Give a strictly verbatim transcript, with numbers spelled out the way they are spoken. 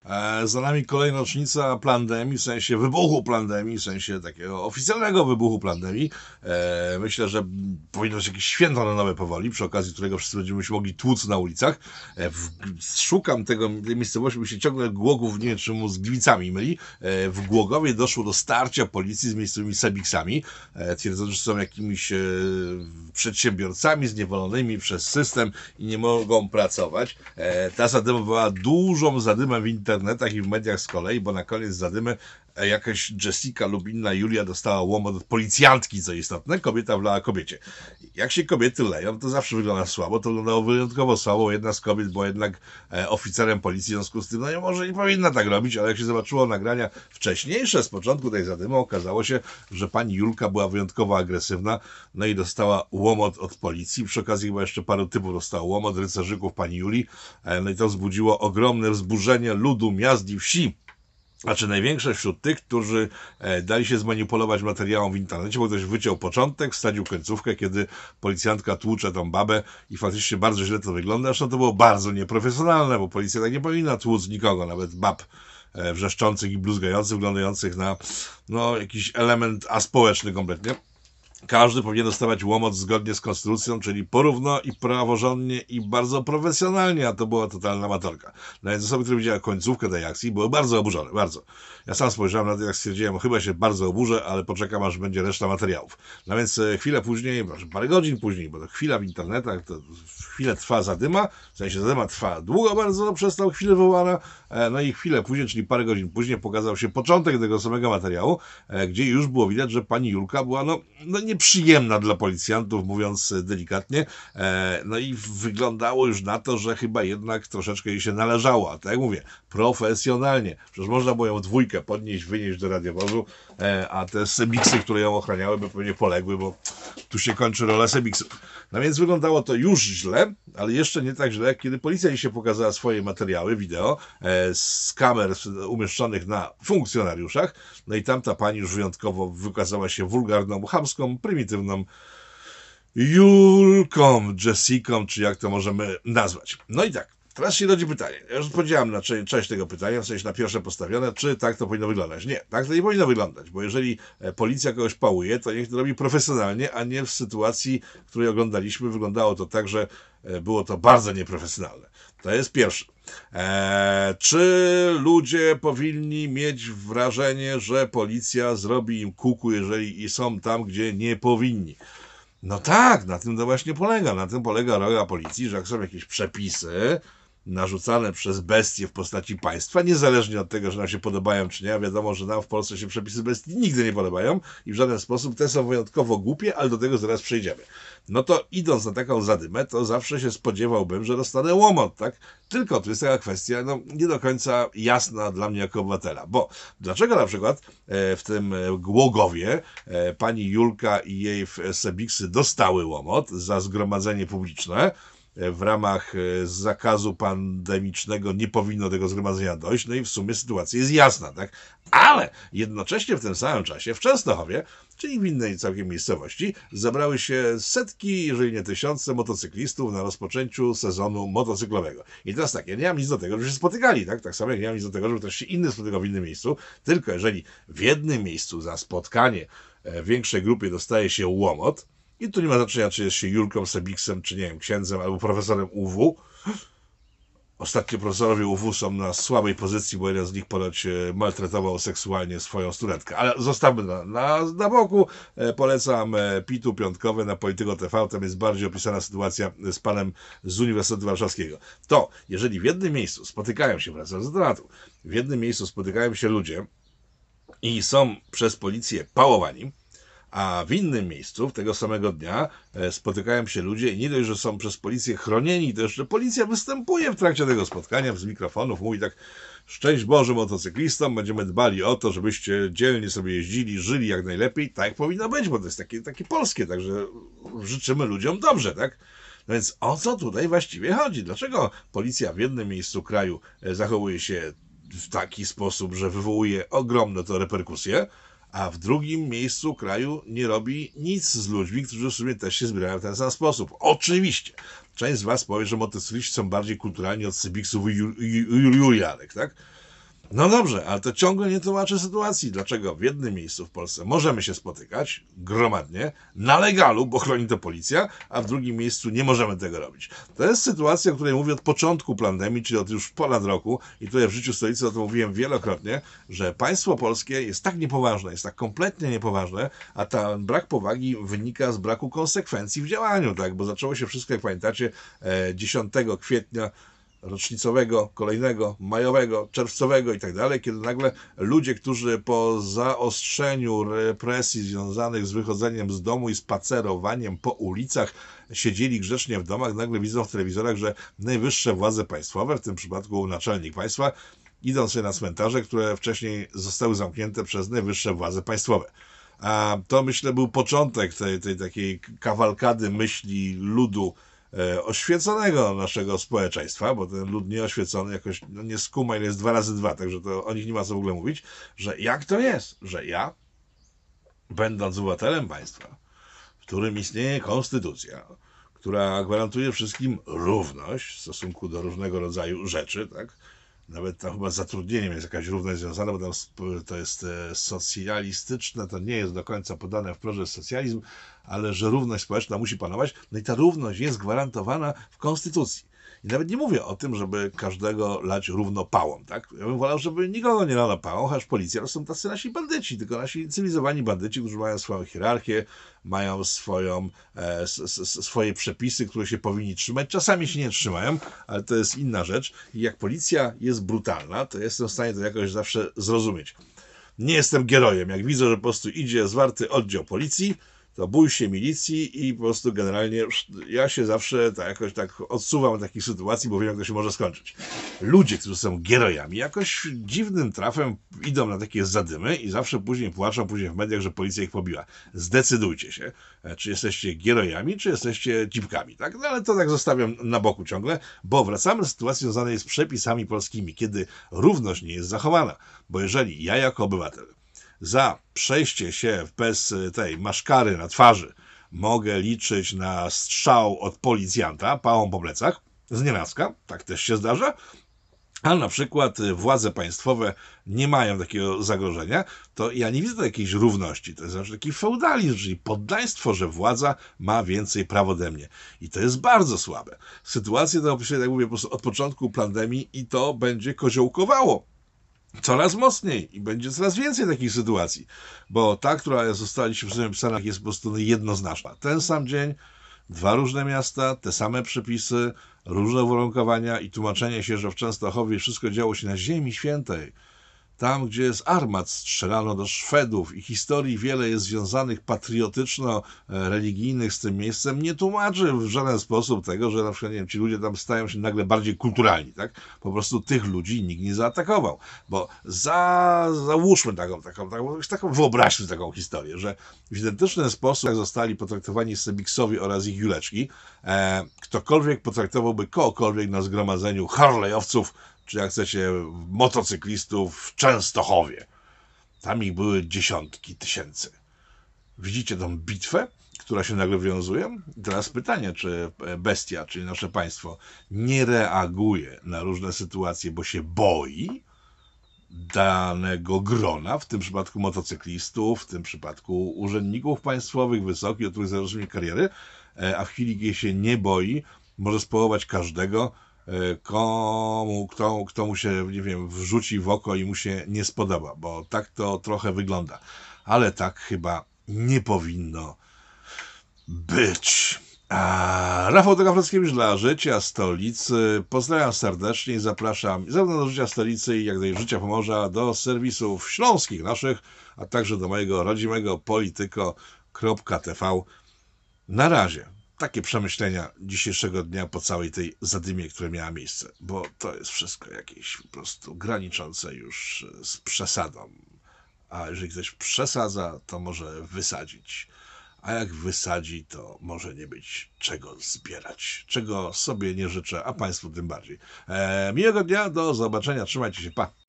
E, za nami kolejna rocznica pandemii, w sensie wybuchu pandemii, w sensie takiego oficjalnego wybuchu pandemii. E, myślę, że powinno być jakieś święto na nowe powoli, przy okazji którego wszyscy będziemy się mogli tłuc na ulicach. E, w, szukam tego, tej miejscowości, bo się ciągle Głogów, nie wiem czy mu z Gliwicami myli. E, w Głogowie doszło do starcia policji z miejscowymi sebiksami. E, twierdzono, że są jakimiś e, przedsiębiorcami zniewolonymi przez system i nie mogą pracować. E, ta zadyma była dużą zadymą w internetach i w mediach z kolei, bo na koniec zadymy e, jakaś Jessica lub inna Julia dostała łomot od policjantki, co istotne, kobieta wlała kobiecie. Jak się kobiety leją, to zawsze wygląda słabo, to wyglądało wyjątkowo słabo. Jedna z kobiet była jednak e, oficerem policji, w związku z tym, no nie może nie powinna tak robić, ale jak się zobaczyło nagrania wcześniejsze z początku tej zadymy, okazało się, że pani Julka była wyjątkowo agresywna, no i dostała łomot od policji. Przy okazji chyba jeszcze paru typów dostała łomot, rycerzyków pani Julii, e, no i to wzbudziło ogromne wzburzenie ludu, miast i wsi. Znaczy największe wśród tych, którzy e, dali się zmanipulować materiałem w internecie, bo ktoś wyciął początek, wsadził końcówkę, kiedy policjantka tłucze tą babę i faktycznie bardzo źle to wygląda. Zresztą to było bardzo nieprofesjonalne, bo policja tak nie powinna tłuc nikogo, nawet bab e, wrzeszczących i bluzgających, wyglądających na no, jakiś element aspołeczny kompletnie. Każdy powinien dostawać łomot zgodnie z konstytucją, czyli porówno i praworządnie i bardzo profesjonalnie, a to była totalna amatorka. Nawet osoby, które widziały końcówkę tej akcji, były bardzo oburzone, bardzo. Ja sam spojrzałem na to, jak stwierdziłem, chyba się bardzo oburzę, ale poczekam, aż będzie reszta materiałów. No więc chwilę później, może parę godzin później, bo to chwila w internetach, to chwilę trwa zadyma, w sensie zadyma trwa długo bardzo, przez tą chwilę wywołana, no i chwilę później, czyli parę godzin później pokazał się początek tego samego materiału, gdzie już było widać, że pani Julka była, no, no nieprzyjemna dla policjantów, mówiąc delikatnie, no i wyglądało już na to, że chyba jednak troszeczkę jej się należało, a tak jak mówię, profesjonalnie, przecież można było ją dwójkę podnieść, wynieść do radiowozu, a te sebiksy, które ją ochraniały, by pewnie poległy, bo tu się kończy rola sebiksów. No więc wyglądało to już źle, ale jeszcze nie tak źle, jak kiedy policja dzisiaj pokazała swoje materiały, wideo z kamer umieszczonych na funkcjonariuszach, no i tamta pani już wyjątkowo wykazała się wulgarną, chamską, prymitywną Julką, Jessiką, czy jak to możemy nazwać. No i tak, teraz się rodzi pytanie. Ja już odpowiedziałem na część tego pytania, w sensie na pierwsze postawione, czy tak to powinno wyglądać. Nie, tak to nie powinno wyglądać, bo jeżeli policja kogoś pałuje, to niech to robi profesjonalnie, a nie w sytuacji, której oglądaliśmy. Wyglądało to tak, że było to bardzo nieprofesjonalne. To jest pierwsze. Eee, czy ludzie powinni mieć wrażenie, że policja zrobi im kuku, jeżeli są tam, gdzie nie powinni? No tak, na tym to właśnie polega. Na tym polega rola policji, że jak są jakieś przepisy narzucane przez bestie w postaci państwa, niezależnie od tego, że nam się podobają czy nie, a wiadomo, że nam w Polsce się przepisy bestii nigdy nie podobają i w żaden sposób te są wyjątkowo głupie, ale do tego zaraz przejdziemy. No to idąc na taką zadymę, to zawsze się spodziewałbym, że dostanę łomot, tak? Tylko to jest taka kwestia, no nie do końca jasna dla mnie jako obywatela, bo dlaczego na przykład e, w tym Głogowie e, pani Julka i jej sebiksy dostały łomot za zgromadzenie publiczne, w ramach zakazu pandemicznego nie powinno tego zgromadzenia dojść, no i w sumie sytuacja jest jasna, tak? Ale jednocześnie w tym samym czasie w Częstochowie, czyli w innej całkiem miejscowości, zebrały się setki, jeżeli nie tysiące motocyklistów na rozpoczęciu sezonu motocyklowego. I teraz tak, ja nie mam nic do tego, żeby się spotykali, tak? Tak samo jak nie mam nic do tego, żeby ktoś się inny spotykał w innym miejscu, tylko jeżeli w jednym miejscu za spotkanie w większej grupie dostaje się łomot, i tu nie ma znaczenia, czy jest się Julką, Sebiksem, czy nie wiem, księdzem albo profesorem U W. Ostatnio profesorowie U W są na słabej pozycji, bo jeden z nich ponoć maltretował seksualnie swoją studentkę. Ale zostawmy na, na, na boku. E, polecam e, Pitu piątkowe na Polityko T V. Tam jest bardziej opisana sytuacja z panem z Uniwersytetu Warszawskiego. To, jeżeli w jednym miejscu spotykają się, wracając do tematu, w jednym miejscu spotykają się ludzie i są przez policję pałowani, a w innym miejscu, w tego samego dnia, spotykają się ludzie i nie dość, że są przez policję chronieni, to jeszcze policja występuje w trakcie tego spotkania z mikrofonów, mówi tak: szczęść Boże motocyklistom, będziemy dbali o to, żebyście dzielnie sobie jeździli, żyli jak najlepiej, tak jak powinno być, bo to jest takie, takie polskie, także życzymy ludziom dobrze, tak? No więc o co tutaj właściwie chodzi? Dlaczego policja w jednym miejscu kraju zachowuje się w taki sposób, że wywołuje ogromne to reperkusje, a w drugim miejscu kraju nie robi nic z ludźmi, którzy w sumie też się zbierają w ten sam sposób? Oczywiście, część z was powie, że motocykliści są bardziej kulturalni od Sybiksów i Julianek, tak? No dobrze, ale to ciągle nie tłumaczy sytuacji, dlaczego w jednym miejscu w Polsce możemy się spotykać gromadnie, na legalu, bo chroni to policja, a w drugim miejscu nie możemy tego robić. To jest sytuacja, o której mówię od początku pandemii, czyli od już ponad roku, i tutaj w Życiu Stolicy o tym mówiłem wielokrotnie, że państwo polskie jest tak niepoważne, jest tak kompletnie niepoważne, a ten brak powagi wynika z braku konsekwencji w działaniu, tak? Bo zaczęło się wszystko, jak pamiętacie, dziesiątego kwietnia rocznicowego, kolejnego, majowego, czerwcowego i tak dalej, kiedy nagle ludzie, którzy po zaostrzeniu represji związanych z wychodzeniem z domu i spacerowaniem po ulicach siedzieli grzecznie w domach, nagle widzą w telewizorach, że najwyższe władze państwowe, w tym przypadku naczelnik państwa, idą sobie na cmentarze, które wcześniej zostały zamknięte przez najwyższe władze państwowe. A to, myślę, był początek tej, tej takiej kawalkady myśli ludu e, oświeconego naszego społeczeństwa, bo ten lud nieoświecony jakoś no, nie skuma, ile jest dwa razy dwa, także to o nich nie ma co w ogóle mówić, że jak to jest, że ja, będąc obywatelem państwa, w którym istnieje konstytucja, która gwarantuje wszystkim równość w stosunku do różnego rodzaju rzeczy, tak? Nawet tam chyba z zatrudnieniem jest jakaś równość związana, bo tam to jest socjalistyczne, to nie jest do końca podane wprost, że jest socjalizm, ale że równość społeczna musi panować. No i ta równość jest gwarantowana w Konstytucji. I nawet nie mówię o tym, żeby każdego lać równo pałą, tak? Ja bym wolał, żeby nikogo nie lano pałą, chociaż policja to są tacy nasi bandyci, tylko nasi cywilizowani bandyci, którzy mają swoją hierarchię, mają swoją, e, s, s, swoje przepisy, które się powinni trzymać. Czasami się nie trzymają, ale to jest inna rzecz. I jak policja jest brutalna, to jestem w stanie to jakoś zawsze zrozumieć. Nie jestem gerojem. Jak widzę, że po prostu idzie zwarty oddział policji, to bój się milicji i po prostu generalnie ja się zawsze tak jakoś tak odsuwam od takich sytuacji, bo wiem, jak to się może skończyć. Ludzie, którzy są gierojami, jakoś dziwnym trafem idą na takie zadymy i zawsze później płaczą później w mediach, że policja ich pobiła. Zdecydujcie się, czy jesteście gierojami, czy jesteście cipkami, tak? No ale to tak zostawiam na boku ciągle, bo wracamy do sytuacji związanej z przepisami polskimi, kiedy równość nie jest zachowana, bo jeżeli ja jako obywatel za przejście się bez tej maszkary na twarzy mogę liczyć na strzał od policjanta pałą po plecach, znienacka, tak też się zdarza, a na przykład władze państwowe nie mają takiego zagrożenia, to ja nie widzę tu jakiejś równości. To jest znaczy taki feudalizm, czyli poddaństwo, że władza ma więcej praw ode mnie. I to jest bardzo słabe. Sytuację tę opisuję, jak mówię, po prostu od początku pandemii i to będzie koziołkowało coraz mocniej i będzie coraz więcej takich sytuacji, bo ta, która została dzisiaj w napisana, jest po prostu jednoznaczna. Ten sam dzień, dwa różne miasta, te same przepisy, różne uwarunkowania i tłumaczenie się, że w Częstochowie wszystko działo się na Ziemi Świętej. Tam, gdzie z armat strzelano do Szwedów i historii wiele jest związanych patriotyczno-religijnych z tym miejscem, nie tłumaczy w żaden sposób tego, że na przykład, nie wiem, ci ludzie tam stają się nagle bardziej kulturalni, tak? Po prostu tych ludzi nikt nie zaatakował. Bo za, załóżmy taką, taką, taką, taką wyobraźmy taką historię, że w identyczny sposób, jak zostali potraktowani Sebiksowi oraz ich Juleczki, e, ktokolwiek potraktowałby kogokolwiek na zgromadzeniu harlejowców, czy jak chcecie, motocyklistów w Częstochowie. Tam ich były dziesiątki tysięcy. Widzicie tą bitwę, która się nagle wiązuje? Teraz pytanie, czy bestia, czyli nasze państwo, nie reaguje na różne sytuacje, bo się boi danego grona, w tym przypadku motocyklistów, w tym przypadku urzędników państwowych, wysokich, od których zależy kariery, a w chwili, kiedy się nie boi, może społować każdego, komu, kto, kto mu się, nie wiem, wrzuci w oko i mu się nie spodoba, bo tak to trochę wygląda. Ale tak chyba nie powinno być. A Rafał Dogawrockiewicz dla Życia Stolicy. Pozdrawiam serdecznie i zapraszam zarówno do Życia Stolicy, jak i do Życia Pomorza, do serwisów śląskich naszych, a także do mojego rodzimego polityko kropka t v. Na razie. Takie przemyślenia dzisiejszego dnia po całej tej zadymie, która miała miejsce, bo to jest wszystko jakieś po prostu graniczące już z przesadą. A jeżeli ktoś przesadza, to może wysadzić. A jak wysadzi, to może nie być czego zbierać. Czego sobie nie życzę, a Państwu tym bardziej. Eee, miłego dnia, do zobaczenia, trzymajcie się, pa!